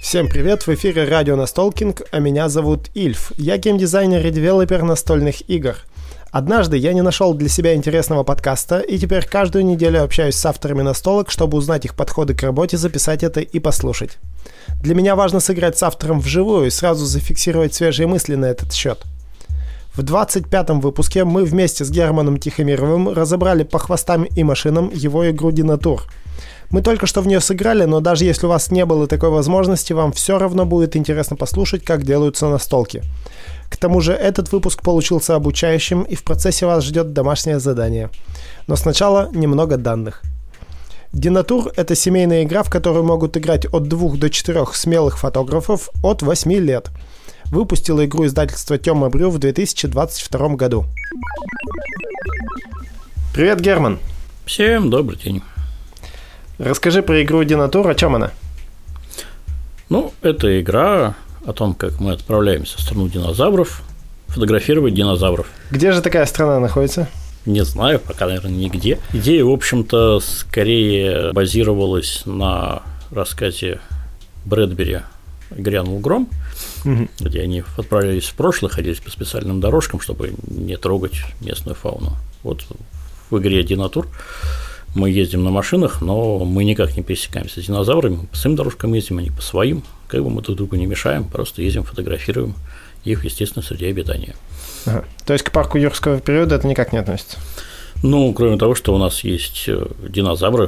Всем привет, в эфире радио Настолкинг, а меня зовут Ильф. Я геймдизайнер и девелопер настольных игр. Однажды я не нашел для себя интересного подкаста, и теперь каждую неделю общаюсь с авторами настолок, чтобы узнать их подходы к работе, записать это и послушать. Для меня важно сыграть с автором вживую и сразу зафиксировать свежие мысли на этот счет. В 25-м выпуске мы вместе с Германом Тихомировым разобрали по хвостам и машинам его игру Динатур. Мы только что в нее сыграли, но даже если у вас не было такой возможности, вам все равно будет интересно послушать, как делаются настолки. К тому же этот выпуск получился обучающим, и в процессе вас ждет домашнее задание. Но сначала немного данных. Динатур – это семейная игра, в которую могут играть от 2 до 4 смелых фотографов от 8 лет. Выпустило игру издательство Тёма Брю в 2022 году. Привет, Герман. Всем добрый день. Расскажи про игру Динатур, о чем она? Это игра о том, как мы отправляемся в страну динозавров, фотографировать динозавров. Где же такая страна находится? Не знаю, пока, наверное, нигде. Идея, в общем-то, скорее базировалась на рассказе Брэдбери «Грянул гром», где они отправлялись в прошлое, ходили по специальным дорожкам, чтобы не трогать местную фауну. Вот в игре «Динатур» мы ездим на машинах, но мы никак не пересекаемся с динозаврами, мы по своим дорожкам ездим, они по своим, как бы мы друг другу не мешаем, просто ездим, фотографируем их, естественно, среди обитания. Ага. То есть к парку юрского периода это никак не относится? Кроме того, что у нас есть динозавры.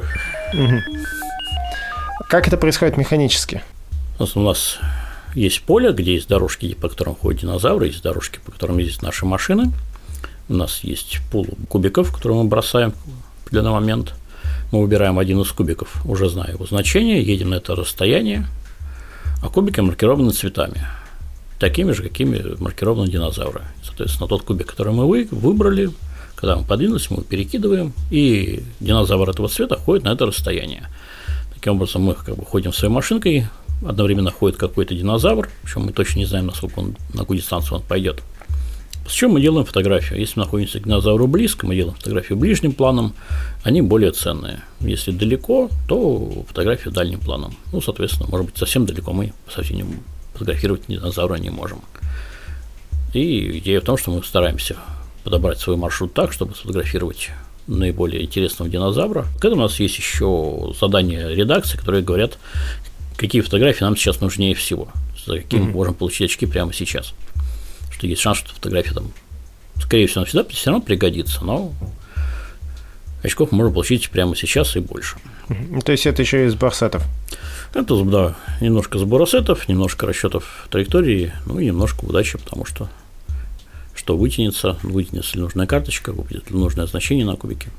Как это происходит механически? У нас есть поле, где есть дорожки, по которым ходят динозавры, есть дорожки, по которым ездят наши машины. У нас есть пул кубиков, которые мы бросаем в определенный момент. Мы выбираем один из кубиков, уже зная его значение, едем на это расстояние, а кубики маркированы цветами, такими же, какими маркированы динозавры. Соответственно, тот кубик, который мы выбрали, когда мы подвинулись, мы его перекидываем, и динозавр этого цвета ходит на это расстояние. Таким образом, мы ходим своей машинкой, одновременно ходит какой-то динозавр, причем мы точно не знаем, на какую дистанцию он пойдет. С чем мы делаем фотографию? Если мы находимся к динозавру близко, мы делаем фотографию ближним планом, они более ценные. Если далеко, то фотографию дальним планом. Соответственно, может быть, совсем далеко мы совсем фотографировать динозавра не можем. И идея в том, что мы стараемся подобрать свой маршрут так, чтобы сфотографировать наиболее интересного динозавра. К этому у нас есть еще задания редакции, которые говорят, какие фотографии нам сейчас нужнее всего, за какие мы можем получить очки прямо сейчас. Что есть шанс, что фотография там, скорее всего, всегда все равно пригодится, но очков можно получить прямо сейчас и больше. То есть это еще и сбор сетов? Это, да, немножко сбора сетов, немножко расчетов траектории, и немножко удачи, потому что вытянется ли нужная карточка, выпадет ли нужное значение на кубике.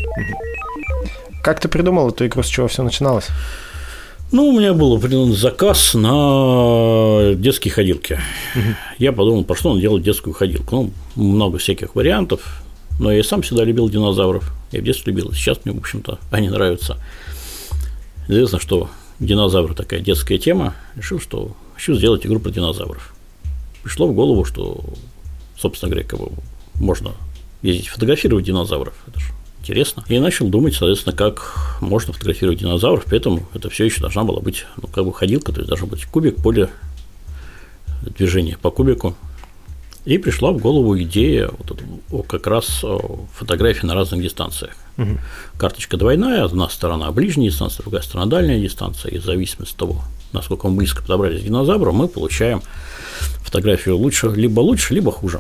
Как ты придумал эту игру, с чего все начиналось? У меня был определенный заказ на детские ходилки. Я подумал, про что надо делать детскую ходилку. Много всяких вариантов, но я сам всегда любил динозавров. Я в детстве любил, сейчас мне, в общем-то, они нравятся. Известно, что динозавры такая детская тема. Решил, что хочу сделать игру про динозавров. Пришло в голову, что, собственно говоря, можно ездить фотографировать динозавров. Это же интересно. И начал думать, соответственно, как можно фотографировать динозавров, при этом это все еще должна была быть, ходилка, то есть должен быть кубик, поле движения по кубику. И пришла в голову идея как раз фотографии на разных дистанциях. Карточка двойная, одна сторона ближняя дистанция, другая сторона дальняя дистанция, и в зависимости от того, насколько мы близко подобрались к динозавру, мы получаем фотографию либо хуже.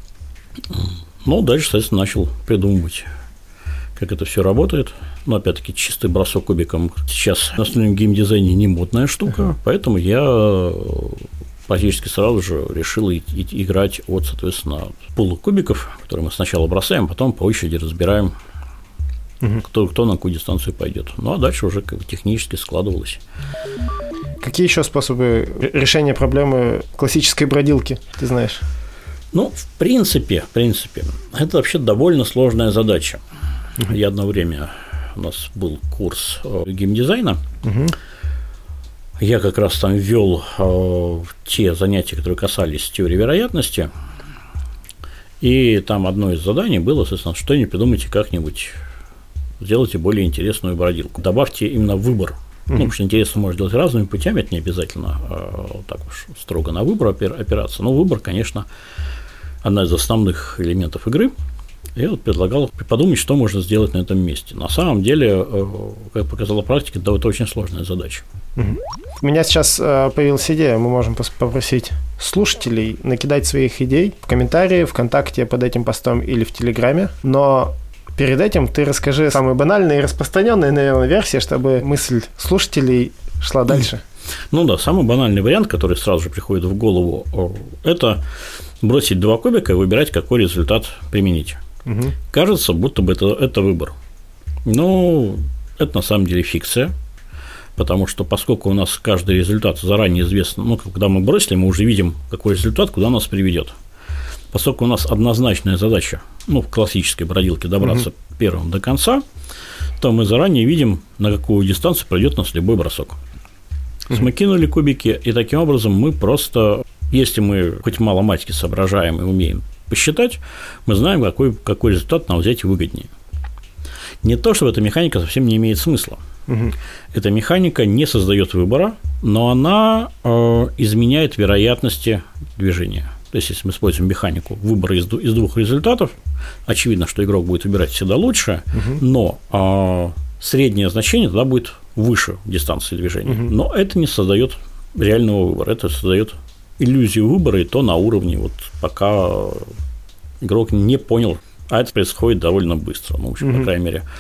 Дальше, соответственно, начал придумывать, как это все работает. Опять-таки, чистый бросок кубиком сейчас в настольном геймдизайне не модная штука, поэтому я практически сразу же решил играть от, соответственно, пула кубиков, которые мы сначала бросаем, потом по очереди разбираем, кто на какую дистанцию пойдет. А дальше уже технически складывалось. Какие еще способы решения проблемы классической бродилки ты знаешь? В принципе, это вообще довольно сложная задача. Я одно время, у нас был курс геймдизайна, я как раз там вел те занятия, которые касались теории вероятности, и там одно из заданий было, соответственно, что-нибудь придумайте как-нибудь, сделайте более интересную бродилку, добавьте именно выбор Ну, потому что интересно можно делать разными путями, это не обязательно так уж строго на выбор опираться. Но выбор, конечно, одна из основных элементов игры. Я вот предлагал подумать, что можно сделать на этом месте. На самом деле, как показала практика, это очень сложная задача. У меня сейчас появилась идея, мы можем попросить слушателей накидать своих идей в комментарии, ВКонтакте под этим постом или в Телеграме, но перед этим ты расскажи самые банальные и распространенные, наверное, версии, чтобы мысль слушателей шла дальше. Ну да, самый банальный вариант, который сразу же приходит в голову, это бросить 2 кубика и выбирать, какой результат применить. Кажется, будто бы это выбор. Но это на самом деле фикция, потому что поскольку у нас каждый результат заранее известен, ну, когда мы бросили, мы уже видим, какой результат, куда нас приведет. Поскольку у нас однозначная задача, ну, в классической бродилке добраться первым до конца, то мы заранее видим, на какую дистанцию пройдет нас любой бросок. Мы кинули кубики, и таким образом мы просто, если мы хоть мало-мальски соображаем и умеем посчитать, мы знаем, какой результат нам взять выгоднее. Не то, что эта механика совсем не имеет смысла. Эта механика не создает выбора, но она изменяет вероятности движения. То есть, если мы используем механику выбора из 2 результатов, очевидно, что игрок будет выбирать всегда лучше, но среднее значение тогда будет выше дистанции движения. Но это не создает реального выбора, это создает иллюзию выбора, и то на уровне, вот пока игрок не понял, а это происходит довольно быстро. Ну, в общем, по крайней мере,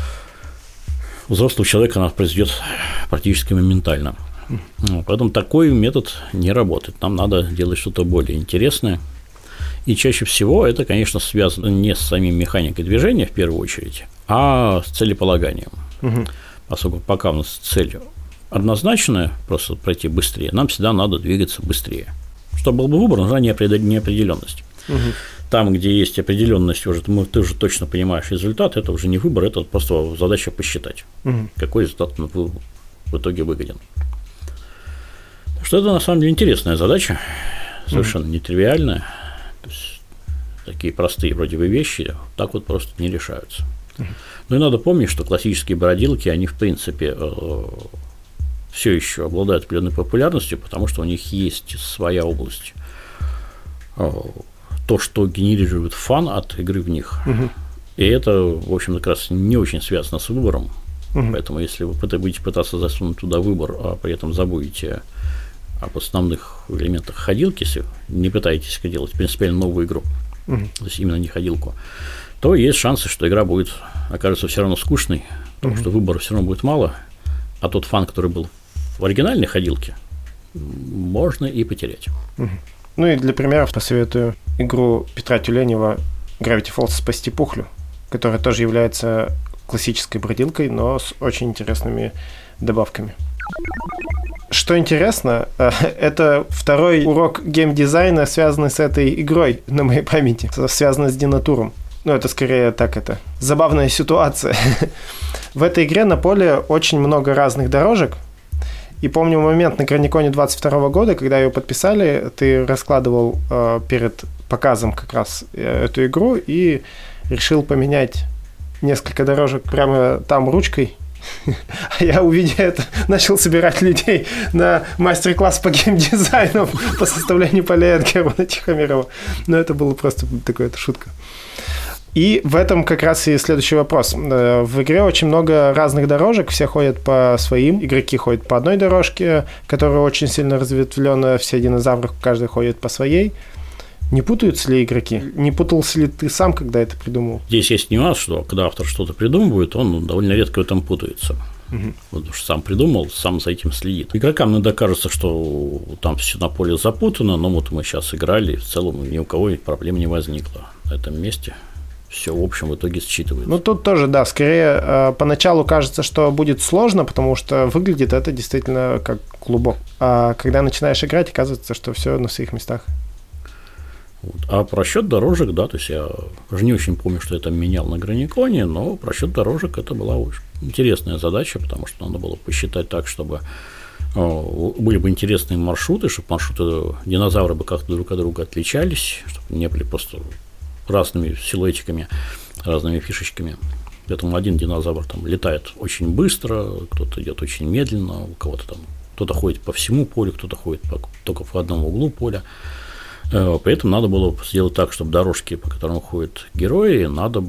у взрослого человека она произойдет практически моментально. Поэтому такой метод не работает. Нам надо делать что-то более интересное. И чаще всего это, конечно, связано не с самим механикой движения в первую очередь, а с целеполаганием. Поскольку пока у нас цель однозначная, просто пройти быстрее, нам всегда надо двигаться быстрее. Чтобы был бы выбор, нужна неопределенность. Там, где есть определенность, ты уже точно понимаешь результат, это уже не выбор, это просто задача посчитать, какой результат в итоге выгоден. Что это на самом деле интересная задача, совершенно нетривиальная. То есть такие простые вроде бы вещи так вот просто не решаются. Ну и надо помнить, что классические бродилки, они в принципе все еще обладают определенной популярностью, потому что у них есть своя область. То, что генерирует фан от игры в них. И это, в общем, как раз не очень связано с выбором. Поэтому, если вы будете пытаться засунуть туда выбор, а при этом забудете об основных элементах ходилки, если не пытаетесь делать принципиально новую игру, то есть именно не ходилку, то есть шансы, что игра окажется все равно скучной, потому что выбора все равно будет мало, а тот фан, который был в оригинальной ходилке, можно и потерять. Ну и для примеров посоветую игру Петра Тюленева Gravity Falls «Спасти Пухлю», которая тоже является классической бродилкой, но с очень интересными добавками. Что интересно, это второй урок геймдизайна, связанный с этой игрой на моей памяти, связанный с Динатуром. Ну, это скорее забавная ситуация. В этой игре на поле очень много разных дорожек. И помню момент на Граниконе 22 года, когда ее подписали, ты раскладывал перед показом как раз эту игру и решил поменять несколько дорожек прямо там ручкой. А я, увидя это, начал собирать людей на мастер-класс по геймдизайну, по составлению полей от Германа Тихомирова. Но это было просто такая шутка. И в этом как раз и следующий вопрос. В игре очень много разных дорожек, все ходят по своим, игроки ходят по одной дорожке, которая очень сильно разветвленная, все динозавры, каждый ходит по своей. Не путаются ли игроки? Не путался ли ты сам, когда это придумал? Здесь есть нюанс, что когда автор что-то придумывает, он довольно редко в этом путается. Потому что сам придумал, сам за этим следит. Игрокам иногда кажется, что там все на поле запутано, но вот мы сейчас играли, и в целом ни у кого проблем не возникло на этом месте. Все, в общем, в итоге считывается. Ну, тут тоже, да, скорее поначалу кажется, что будет сложно, потому что выглядит это действительно как клубок. А когда начинаешь играть, оказывается, что все на своих местах. Вот. А просчет дорожек, да, то есть я уже не очень помню, что я там менял на Граниконе, но просчет дорожек это была очень интересная задача, потому что надо было посчитать так, чтобы были бы интересные маршруты, чтобы маршруты динозавры бы как-то друг от друга отличались, чтобы не были просто разными силуэтиками, разными фишечками. Поэтому один динозавр там летает очень быстро, кто-то идет очень медленно, у кого-то там кто-то ходит по всему полю, кто-то ходит только в одном углу поля. Поэтому надо было сделать так, чтобы дорожки, по которым ходят герои,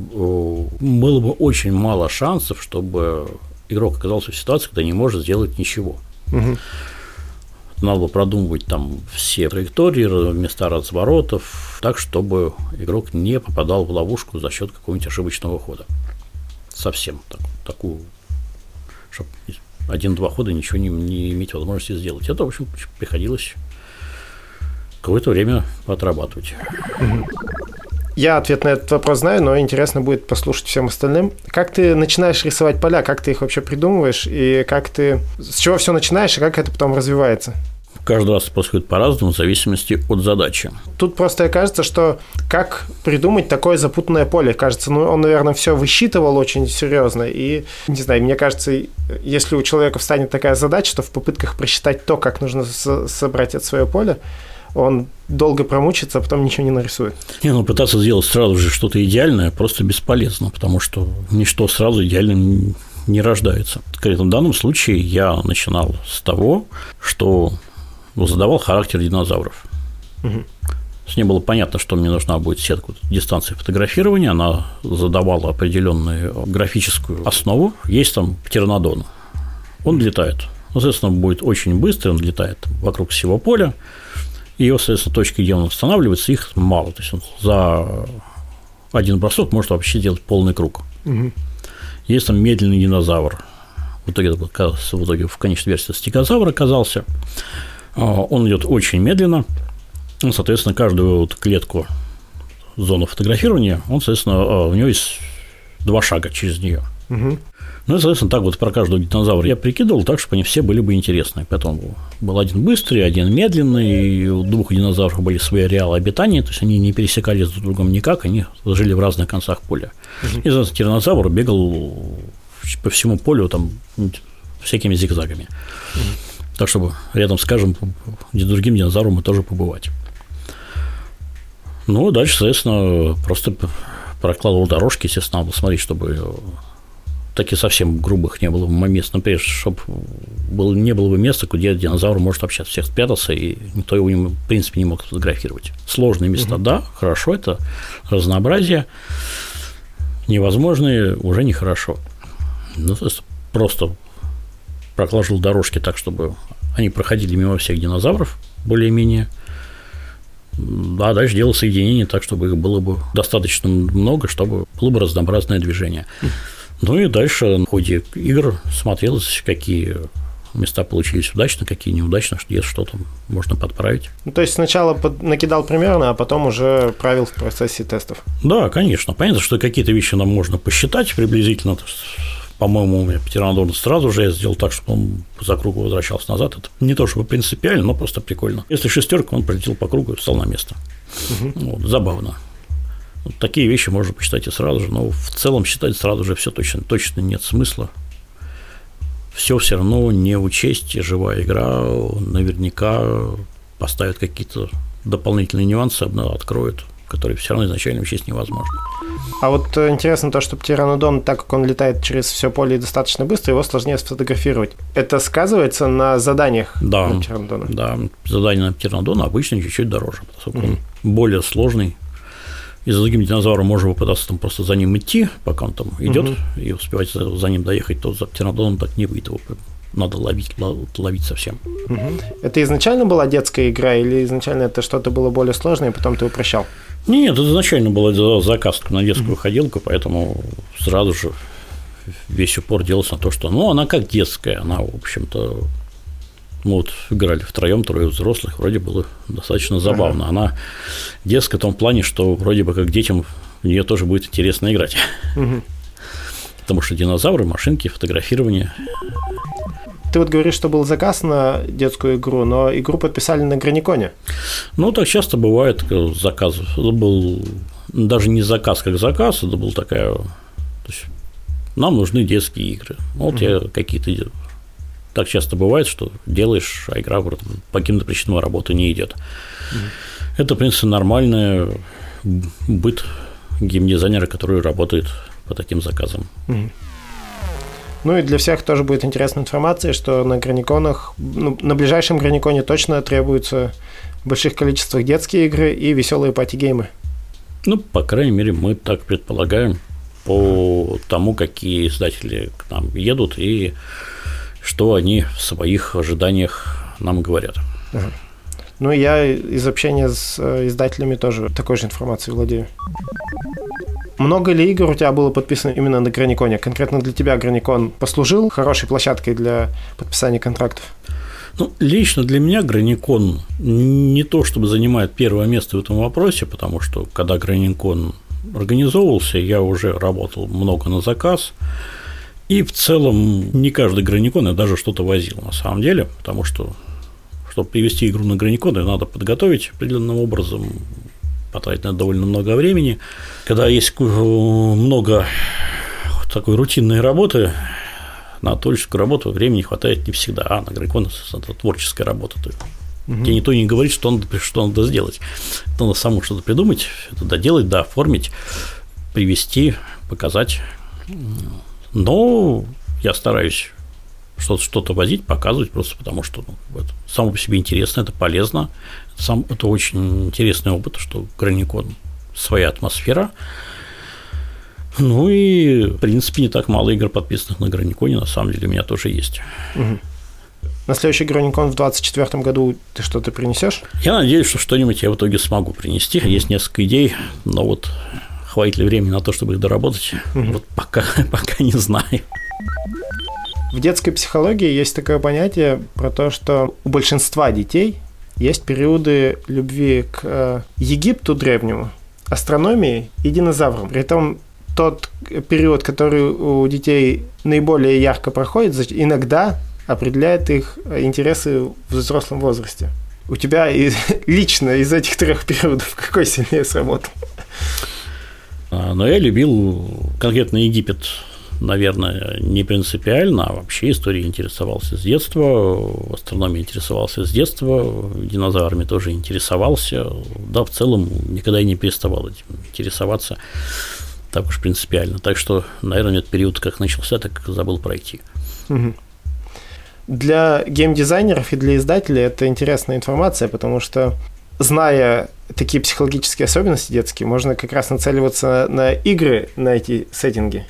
было бы очень мало шансов, чтобы игрок оказался в ситуации, когда не может сделать ничего. Угу. Надо было продумывать там все траектории, места разворотов, так, чтобы игрок не попадал в ловушку за счет какого-нибудь ошибочного хода. Совсем такую, чтобы 1-2 хода ничего не иметь возможности сделать. Это, в общем, приходилось какое-то время поотрабатывать. Я ответ на этот вопрос знаю, но интересно будет послушать всем остальным. Как ты начинаешь рисовать поля, как ты их вообще придумываешь, и с чего все начинаешь, и как это потом развивается? Каждый раз происходит по-разному, в зависимости от задачи. Тут просто кажется, что как придумать такое запутанное поле? Кажется, он, наверное, все высчитывал очень серьезно. И, не знаю, мне кажется, если у человека встанет такая задача, то в попытках просчитать то, как нужно собрать это свое поле, он долго промучится, а потом ничего не нарисует. Пытаться сделать сразу же что-то идеальное просто бесполезно, потому что ничто сразу идеальным не рождается. В данном случае я начинал с того, что задавал характер динозавров. Угу. С ней было понятно, что мне нужна будет сетка дистанции фотографирования, она задавала определенную графическую основу. Есть там птеранодон, он летает. Соответственно, будет очень быстро, он летает вокруг всего поля, и его, соответственно, точки, где он останавливается, их мало. То есть он за один бросок может вообще делать полный круг. Угу. Есть там медленный динозавр. В итоге в конечной версии стегозавр оказался. Он идет очень медленно. Соответственно, каждую клетку зону фотографирования, соответственно, у него есть 2 шага через нее. Угу. И, соответственно, так про каждого динозавра я прикидывал так, чтобы они все были бы интересны. Поэтому был один быстрый, один медленный, и у 2 динозавров были свои ареалы обитания, то есть они не пересекались друг с другом никак, они жили в разных концах поля. Угу. И, соответственно, тираннозавр бегал по всему полю там всякими зигзагами. Угу. Так, чтобы рядом, скажем, другим динозавром тоже побывать. Дальше, соответственно, просто прокладывал дорожки, естественно, надо смотреть, чтобы таких совсем грубых не было мест, например, чтобы не было бы места, где динозавр может вообще от всех спрятаться, и никто его, в принципе, не мог сфотографировать. Сложные места, да, хорошо, это разнообразие, невозможные уже нехорошо. То есть просто прокладывал дорожки так, чтобы они проходили мимо всех динозавров, более-менее. А дальше делал соединение так, чтобы их было бы достаточно много, чтобы было бы разнообразное движение. И дальше в ходе игр смотрелось, какие места получились удачно, какие неудачно, где что там можно подправить. То есть сначала накидал примерно, а потом уже правил в процессе тестов? Да, конечно. Понятно, что какие-то вещи нам можно посчитать приблизительно. По-моему, у меня птеранодон сразу же я сделал так, чтобы он за кругу возвращался назад. Это не то чтобы принципиально, но просто прикольно. Если 6, он пролетел по кругу и встал на место. Угу. Забавно. Такие вещи можно посчитать и сразу же, но в целом считать сразу же все точно нет смысла. Все равно не учесть, живая игра наверняка поставит какие-то дополнительные нюансы, откроет, которые все равно изначально учесть невозможно. А вот интересно то, что птеранодон, так как он летает через все поле достаточно быстро, его сложнее сфотографировать. Это сказывается на заданиях на птеранодона? Да, задания на птеранодона обычно чуть-чуть дороже, поскольку он более сложный. И за другим динозавром можно попытаться там просто за ним идти, пока он там идет, и успевать за ним доехать, то за птеранодоном так не выйдет, его надо ловить совсем. Это изначально была детская игра, или изначально это что-то было более сложное, и потом ты упрощал? Нет, это изначально был заказ на детскую ходилку, поэтому сразу же весь упор делался на то, что она как детская, она, в общем-то, играли втроем, 3 взрослых, вроде было достаточно забавно. Она детская в том плане, что вроде бы как детям в нее тоже будет интересно играть. Потому что динозавры, машинки, фотографирование. Ты говоришь, что был заказ на детскую игру, но игру подписали на Граниконе. Так часто бывает заказ. Это был даже не заказ как заказ, это был такая... То есть нам нужны детские игры. Я какие-то... Так часто бывает, что делаешь, а игра по каким-то причинам работы не идет. Это, в принципе, нормальный быт геймдизайнера, который работает по таким заказам. Ну и для всех тоже будет интересная информация, что на граниконах, на ближайшем граниконе точно требуются в больших количествах детские игры и веселые пати-геймы. Ну, по крайней мере, мы так предполагаем по тому, какие издатели к нам едут и что они в своих ожиданиях нам говорят. Ага. Ну, я из общения с издателями тоже такой же информацией владею. Много ли игр у тебя было подписано именно на Граниконе? Конкретно для тебя Граникон послужил хорошей площадкой для подписания контрактов? Ну, лично для меня Граникон не то чтобы занимает первое место в этом вопросе, потому что когда Граникон организовывался, я уже работал много на заказ, и в целом не каждый Граникон я даже что-то возил на самом деле, потому что, чтобы привести игру на Граникон, ее надо подготовить определенным образом, потратить на это довольно много времени. Когда есть много такой рутинной работы, на творческую работу времени хватает не всегда, а на Граникон это творческая работа. Тебе никто не говорит, что надо сделать. Надо самому что-то придумать, это доделать, оформить, привести, показать. Но я стараюсь что-то возить, показывать, просто потому что это само по себе интересно, это полезно. Это очень интересный опыт, что Граникон своя атмосфера. Ну и, в принципе, не так мало игр, подписанных на Граниконе, на самом деле у меня тоже есть. На следующий Граникон в 2024 году ты что-то принесешь? Я надеюсь, что что-нибудь я в итоге смогу принести. Есть несколько идей, но вот хватит ли времени на то, чтобы их доработать, вот пока не знаю. В детской психологии есть такое понятие про то, что у большинства детей есть периоды любви к Египту древнему, астрономии и динозаврам. При этом тот период, который у детей наиболее ярко проходит, иногда определяет их интересы в взрослом возрасте. У тебя лично из этих трех периодов какой сильнее сработал? Но я любил конкретно Египет, наверное, не принципиально, а вообще историей интересовался с детства, астрономией интересовался с детства, динозаврами тоже интересовался. Да, в целом никогда и не переставал этим интересоваться так уж принципиально. Так что, наверное, этот период как начался, так забыл пройти. Для геймдизайнеров и для издателей это интересная информация, потому что, зная такие психологические особенности детские, можно как раз нацеливаться на игры, на эти сеттинги.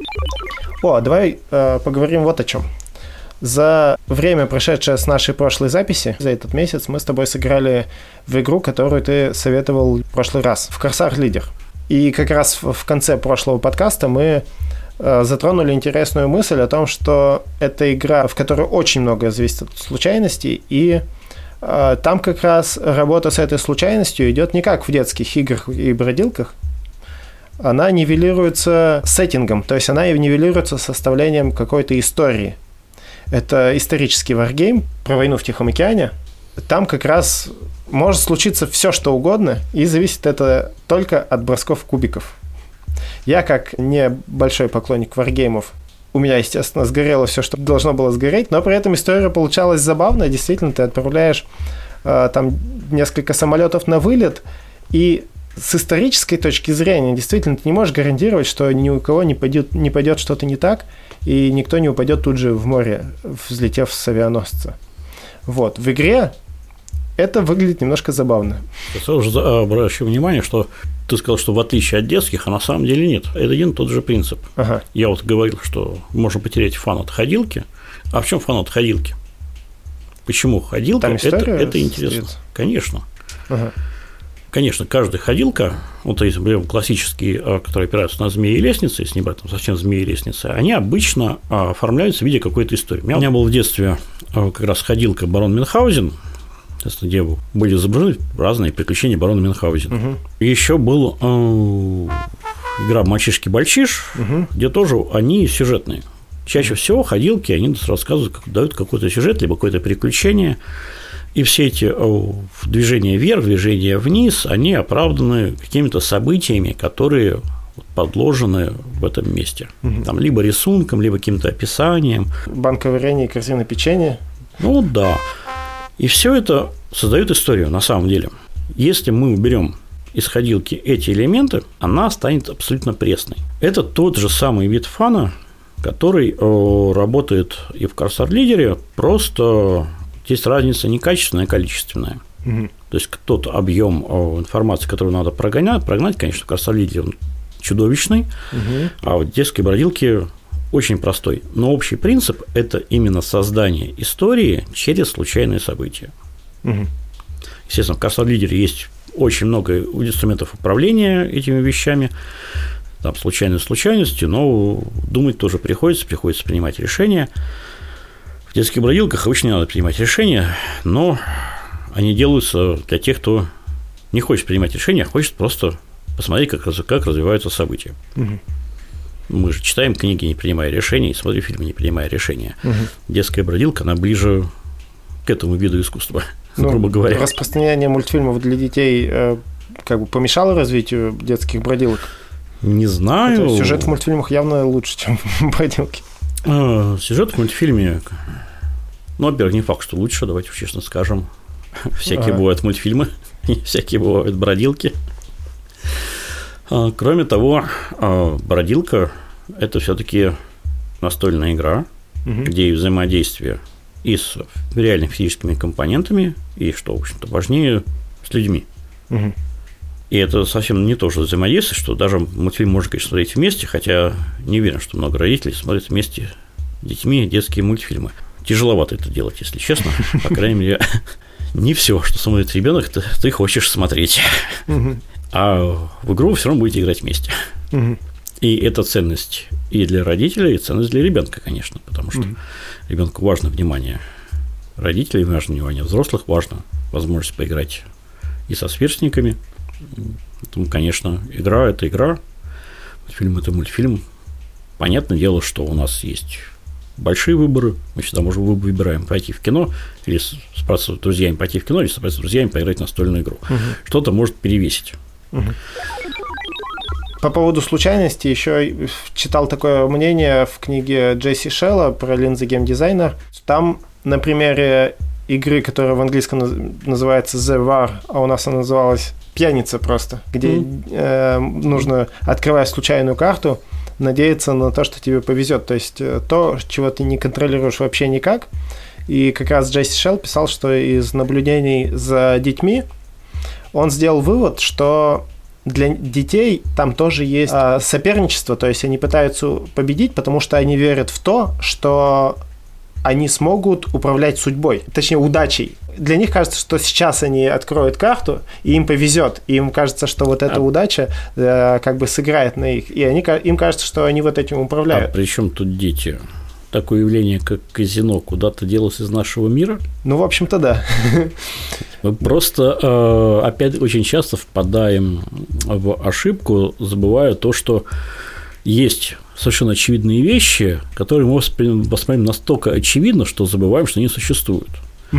Давай поговорим вот о чем. За время, прошедшее с нашей прошлой записи, за этот месяц, мы с тобой сыграли в игру, которую ты советовал в прошлый раз, в Corsair Leader. И как раз в конце прошлого подкаста мы затронули интересную мысль о том, что это игра, в которой очень многое зависит от случайностей, и там как раз работа с этой случайностью идет не как в детских играх и бродилках, она нивелируется сеттингом, то есть она нивелируется составлением какой-то истории. Это исторический варгейм про войну в Тихом океане. Там как раз может случиться все, что угодно, и зависит это только от бросков кубиков. Я, как небольшой поклонник варгеймов, у меня, естественно, сгорело все, что должно было сгореть, но при этом история получалась забавная. Действительно, ты отправляешь там несколько самолетов на вылет, и с исторической точки зрения, действительно, ты не можешь гарантировать, что ни у кого не пойдет что-то не так, и никто не упадет тут же в море, взлетев с авианосца. Вот. В игре это выглядит немножко забавно. Я сразу же обращаю внимание, что ты сказал, что в отличие от детских, а на самом деле нет. Это один и тот же принцип. Ага. Я вот говорил, что можно потерять фан от ходилки. А в чем фан от ходилки? Почему ходилка? Это интересно. Стоит. Конечно. Ага. Конечно, каждая ходилка, вот эти, например, классические, которые опираются на змеи и лестницы, если не брать там совсем змеи и лестницы, они обычно оформляются в виде какой-то истории. У меня была в детстве как раз ходилка барон Мюнхгаузен, где были изображены разные приключения барона Мюнхгаузена. Угу. Еще был игра «Мальчишки-бальчиш», где тоже они сюжетные. Чаще всего ходилки, они рассказывают, дают какой-то сюжет, либо какое-то приключение. И все эти движения вверх, движения вниз, они оправданы какими-то событиями, которые подложены в этом месте. Там либо рисунком, либо каким-то описанием. Банка варенья и корзина печенья. Ну да. И все это создает историю на самом деле. Если мы уберем исходилки эти элементы, она станет абсолютно пресной. Это тот же самый вид фана, который работает и в Corsair Leader, просто здесь разница не качественная, а количественная. То есть тот объем информации, которую надо прогнать, конечно, в Corsair Leader чудовищный, а вот детской бродилке очень простой. Но общий принцип – это именно создание истории через случайные события. Естественно, в Corsair Leader есть очень много инструментов управления этими вещами, там случайностью, но думать тоже приходится принимать решения. В детских бродилках обычно не надо принимать решения, но они делаются для тех, кто не хочет принимать решения, а хочет просто посмотреть, как развиваются события. Мы же читаем книги, не принимая решений, и смотрим фильмы, не принимая решения. Детская бродилка, она ближе к этому виду искусства, грубо говоря. Распространение мультфильмов для детей как бы помешало развитию детских бродилок? Не знаю. Сюжет в мультфильмах явно лучше, чем в бродилке. Сюжет в мультфильме, во-первых, не факт, что лучше, давайте честно скажем. Всякие бывают мультфильмы, всякие бывают бродилки. Кроме того, бродилка – это все-таки настольная игра, где взаимодействие и с реальными физическими компонентами, и, что, в общем-то, важнее, с людьми. И это совсем не то же взаимодействие, что даже мультфильм можно, конечно, смотреть вместе, хотя не уверен, что много родителей смотрят вместе с детьми детские мультфильмы. Тяжеловато это делать, если честно. По крайней мере, не все, что смотрит ребенок, ты хочешь смотреть. А в игру все равно будете играть вместе. И это ценность и для родителей, и ценность для ребенка, конечно, потому что ребенку важно внимание родителей, важно внимание взрослых, важно возможность поиграть и со сверстниками. Поэтому, конечно, игра – это игра, мультфильм – это мультфильм. Понятное дело, что у нас есть большие выборы. Мы всегда выбираем пойти в кино, или собраться с друзьями пойти в кино, или собраться с друзьями поиграть в настольную игру. Что-то может перевесить. По поводу случайности еще читал такое мнение в книге Джесси Шелла про линзы геймдизайна. Там на примере игры, которая в английском называется The War, а у нас она называлась «Пьяница» просто, где нужно, открывая случайную карту, надеяться на то, что тебе повезет. То есть то, чего ты не контролируешь вообще никак. И как раз Джесси Шелл писал, что из наблюдений за детьми он сделал вывод, что для детей там тоже есть соперничество, то есть они пытаются победить, потому что они верят в то, что они смогут управлять судьбой, точнее удачей. Для них кажется, что сейчас они откроют карту, и им повезет, и им кажется, что вот эта удача как бы сыграет на их, и им кажется, что они вот этим управляют. А при чем тут дети? Такое явление, как казино, куда-то делось из нашего мира? Ну, в общем-то, да. Мы просто, опять, очень часто впадаем в ошибку, забывая то, что есть совершенно очевидные вещи, которые мы воспринимаем настолько очевидно, что забываем, что они существуют.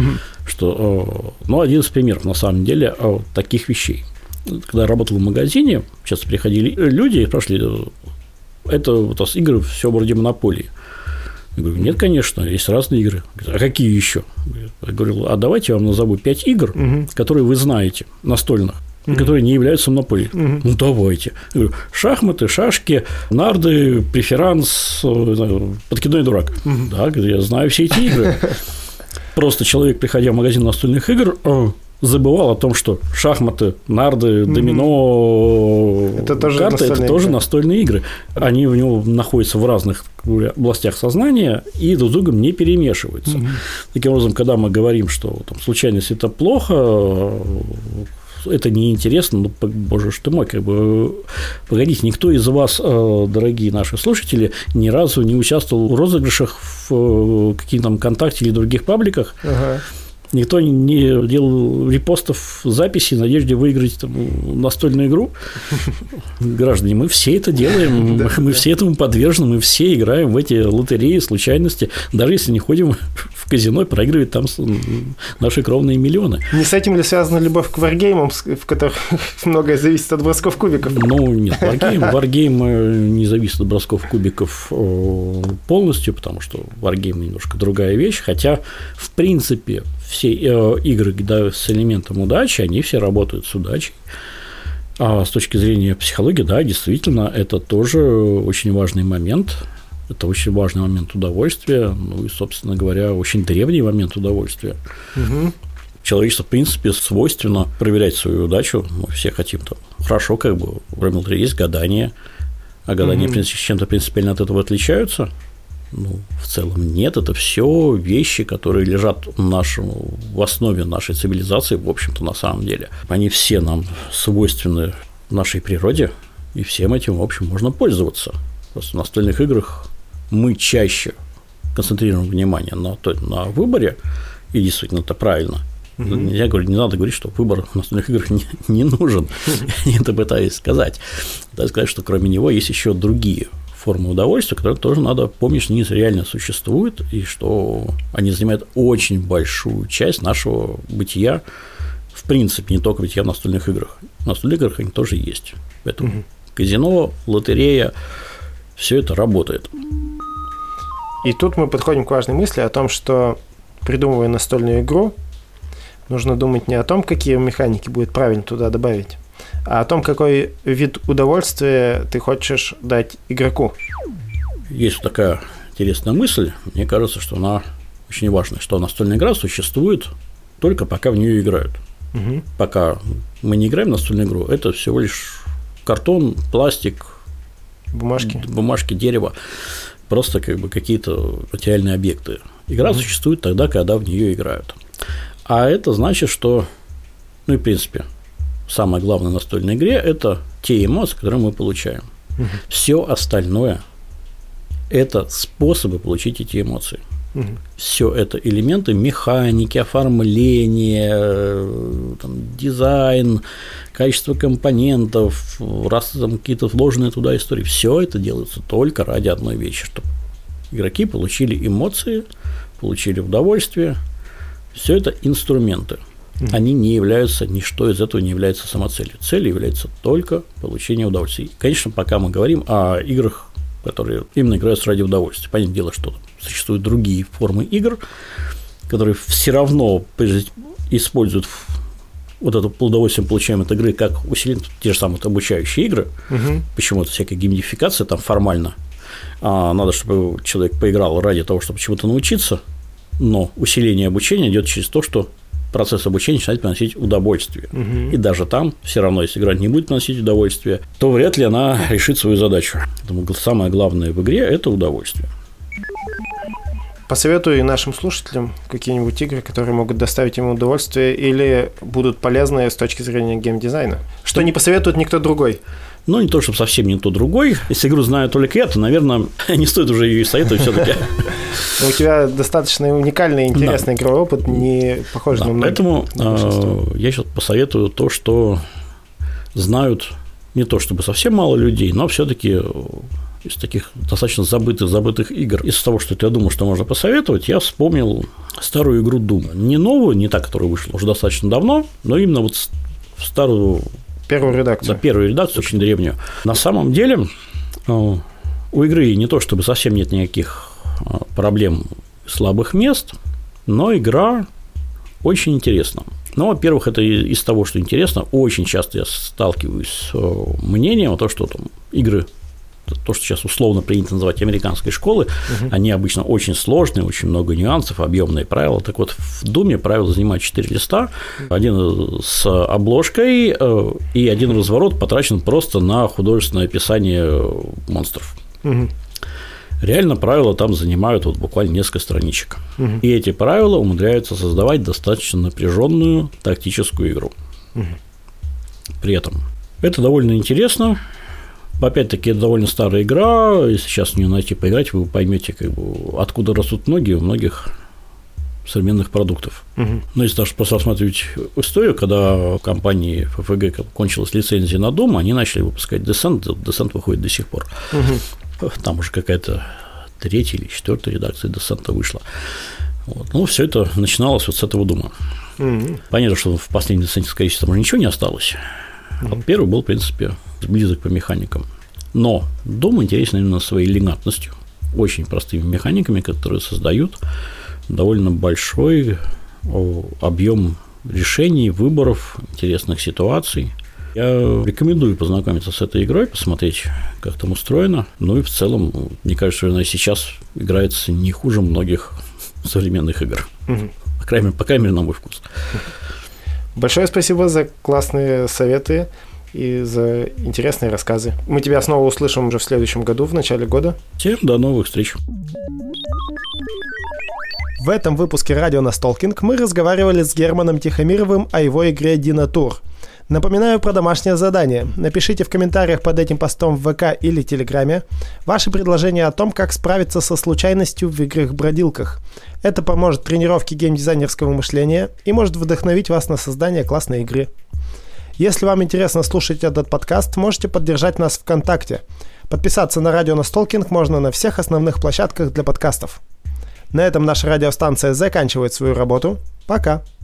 Что, один из примеров, на самом деле, таких вещей. Когда я работал в магазине, часто приходили люди и спрашивали, это вот у нас игры все вроде монополии. Я говорю, нет, конечно, есть разные игры. А какие еще? Я говорю, а давайте я вам назову 5 игр, которые вы знаете, настольных, которые не являются монополией. Ну, давайте. Я говорю, шахматы, шашки, нарды, преферанс, подкидной дурак. Да, я знаю все эти игры. Просто человек, приходя в магазин настольных игр, забывал о том, что шахматы, нарды, домино, карты – это тоже настольные игры. Они у него находятся в разных областях сознания и друг с другом не перемешиваются. Таким образом, когда мы говорим, что там, случайность – это плохо, это неинтересно, ну, боже ж ты мой, как бы, погодите, никто из вас, дорогие наши слушатели, ни разу не участвовал в розыгрышах в каких-то там ВКонтакте или других пабликах. Никто не делал репостов записей в надежде выиграть там, настольную игру. Граждане, мы все это делаем, мы все этому подвержены, мы все играем в эти лотереи, случайности, даже если не ходим в казино и проигрывать там наши кровные миллионы. Не с этим ли связана любовь к варгеймам, в которых многое зависит от бросков кубиков? Ну, нет, варгейм не зависит от бросков кубиков полностью, потому что варгейм немножко другая вещь, хотя, в принципе, все игры с элементом удачи, они все работают с удачей. А с точки зрения психологии, да, действительно, это тоже очень важный момент. Это очень важный момент удовольствия, ну и, собственно говоря, очень древний момент удовольствия. Угу. Человечеству, в принципе, свойственно проверять свою удачу. Мы все хотим там хорошо, как бы в Ремилтере есть гадания, а гадания, в принципе, чем-то принципиально от этого отличаются. Ну, в целом нет, это все вещи, которые лежат в основе нашей цивилизации, в общем-то, на самом деле. Они все нам свойственны нашей природе, и всем этим, в общем, можно пользоваться. Просто в настольных играх мы чаще концентрируем внимание на выборе, и действительно это правильно. Я говорю, не надо говорить, что выбор в настольных играх не нужен. Я это пытаюсь сказать. Пытаюсь сказать, что кроме него есть еще другие формы удовольствия, которые тоже надо помнить, что они реально существуют, и что они занимают очень большую часть нашего бытия, в принципе, не только бытия в настольных играх. В настольных играх они тоже есть. Поэтому казино, лотерея, все это работает. И тут мы подходим к важной мысли о том, что, придумывая настольную игру, нужно думать не о том, какие механики будет правильно туда добавить, а о том, какой вид удовольствия ты хочешь дать игроку. Есть такая интересная мысль, мне кажется, что она очень важная, что настольная игра существует только пока в нее играют. Угу. Пока мы не играем в настольную игру, это всего лишь картон, пластик, бумажки, дерево, просто как бы какие-то материальные объекты. Игра существует тогда, когда в нее играют. А это значит, что, ну и в принципе, самое главное в настольной игре – это те эмоции, которые мы получаем. Все остальное – это способы получить эти эмоции. Все это элементы механики, оформления, там, дизайн, качество компонентов, раз там какие-то вложенные туда истории. Все это делается только ради одной вещи, чтобы игроки получили эмоции, получили удовольствие. Все это инструменты. Они не являются, ничто из этого не является самоцелью. Целью является только получение удовольствия. И, конечно, пока мы говорим о играх, которые именно играются ради удовольствия. Понятное дело, что существуют другие формы игр, которые все равно используют вот это удовольствие, получаемое от игры, как усиление, те же самые обучающие игры. Почему-то всякая геймификация там формально. Надо, чтобы человек поиграл ради того, чтобы чему-то научиться, но усиление обучения идет через то, что процесс обучения начинает приносить удовольствие. И даже там, все равно, если игра не будет приносить удовольствие, то вряд ли она решит свою задачу. Поэтому самое главное в игре – это удовольствие. Посоветуй нашим слушателям какие-нибудь игры, которые могут доставить им удовольствие или будут полезны с точки зрения геймдизайна. Что не посоветует никто другой. Ну, не то, чтобы совсем никто другой. Если игру знаю только я, то, наверное, не стоит уже ее советовать все-таки. У тебя достаточно уникальный и интересный игровой опыт, не похожий на многих. Поэтому я сейчас посоветую то, что знают не то чтобы совсем мало людей, но все-таки из таких достаточно забытых игр. Из того, что я думаю, что можно посоветовать, я вспомнил старую игру Doom. Не новую, не та, которая вышла уже достаточно давно, но именно вот старую. Первую редакцию. Да, первую редакцию, очень древнюю. На самом деле у игры не то, чтобы совсем нет никаких проблем, слабых мест, но игра очень интересна. Ну, во-первых, это из того, что интересно, очень часто я сталкиваюсь с мнением о том, что там игры, то, что сейчас условно принято называть американской школы, они обычно очень сложные, очень много нюансов, объемные правила. Так вот, в Думе правила занимают 4 листа, один с обложкой и один разворот потрачен просто на художественное описание монстров. Реально правила там занимают вот буквально несколько страничек. И эти правила умудряются создавать достаточно напряженную тактическую игру. При этом это довольно интересно. Опять-таки, это довольно старая игра. Если сейчас в нее найти поиграть, вы поймете, как бы, откуда растут ноги у многих современных продуктов. Но если даже просто рассматривать историю, когда у компании FFG кончилась лицензия на Doom, они начали выпускать Descent. Descent выходит до сих пор. Там уже какая-то 3-я или 4-я редакция Descent вышла. Вот. Ну, все это начиналось вот с этого Дума. Понятно, что в последнем Descent, скорее всего, там уже ничего не осталось. Вот первый был, в принципе, близок по механикам. Но Doom интересен именно своей элегантностью, очень простыми механиками, которые создают довольно большой объем решений, выборов, интересных ситуаций. Я рекомендую познакомиться с этой игрой, посмотреть, как там устроено. Ну и в целом, мне кажется, что она сейчас играется не хуже многих современных игр. По крайней мере, на мой вкус. Большое спасибо за классные советы и за интересные рассказы. Мы тебя снова услышим уже в следующем году, в начале года. Всем до новых встреч. В этом выпуске «Радио Настолкинг» мы разговаривали с Германом Тихомировым о его игре «Динатур». Напоминаю про домашнее задание. Напишите в комментариях под этим постом в ВК или Телеграме ваши предложения о том, как справиться со случайностью в играх-бродилках. Это поможет тренировке геймдизайнерского мышления и может вдохновить вас на создание классной игры. Если вам интересно слушать этот подкаст, можете поддержать нас ВКонтакте. Подписаться на «Радио Настолкинг» можно на всех основных площадках для подкастов. На этом наша радиостанция заканчивает свою работу. Пока!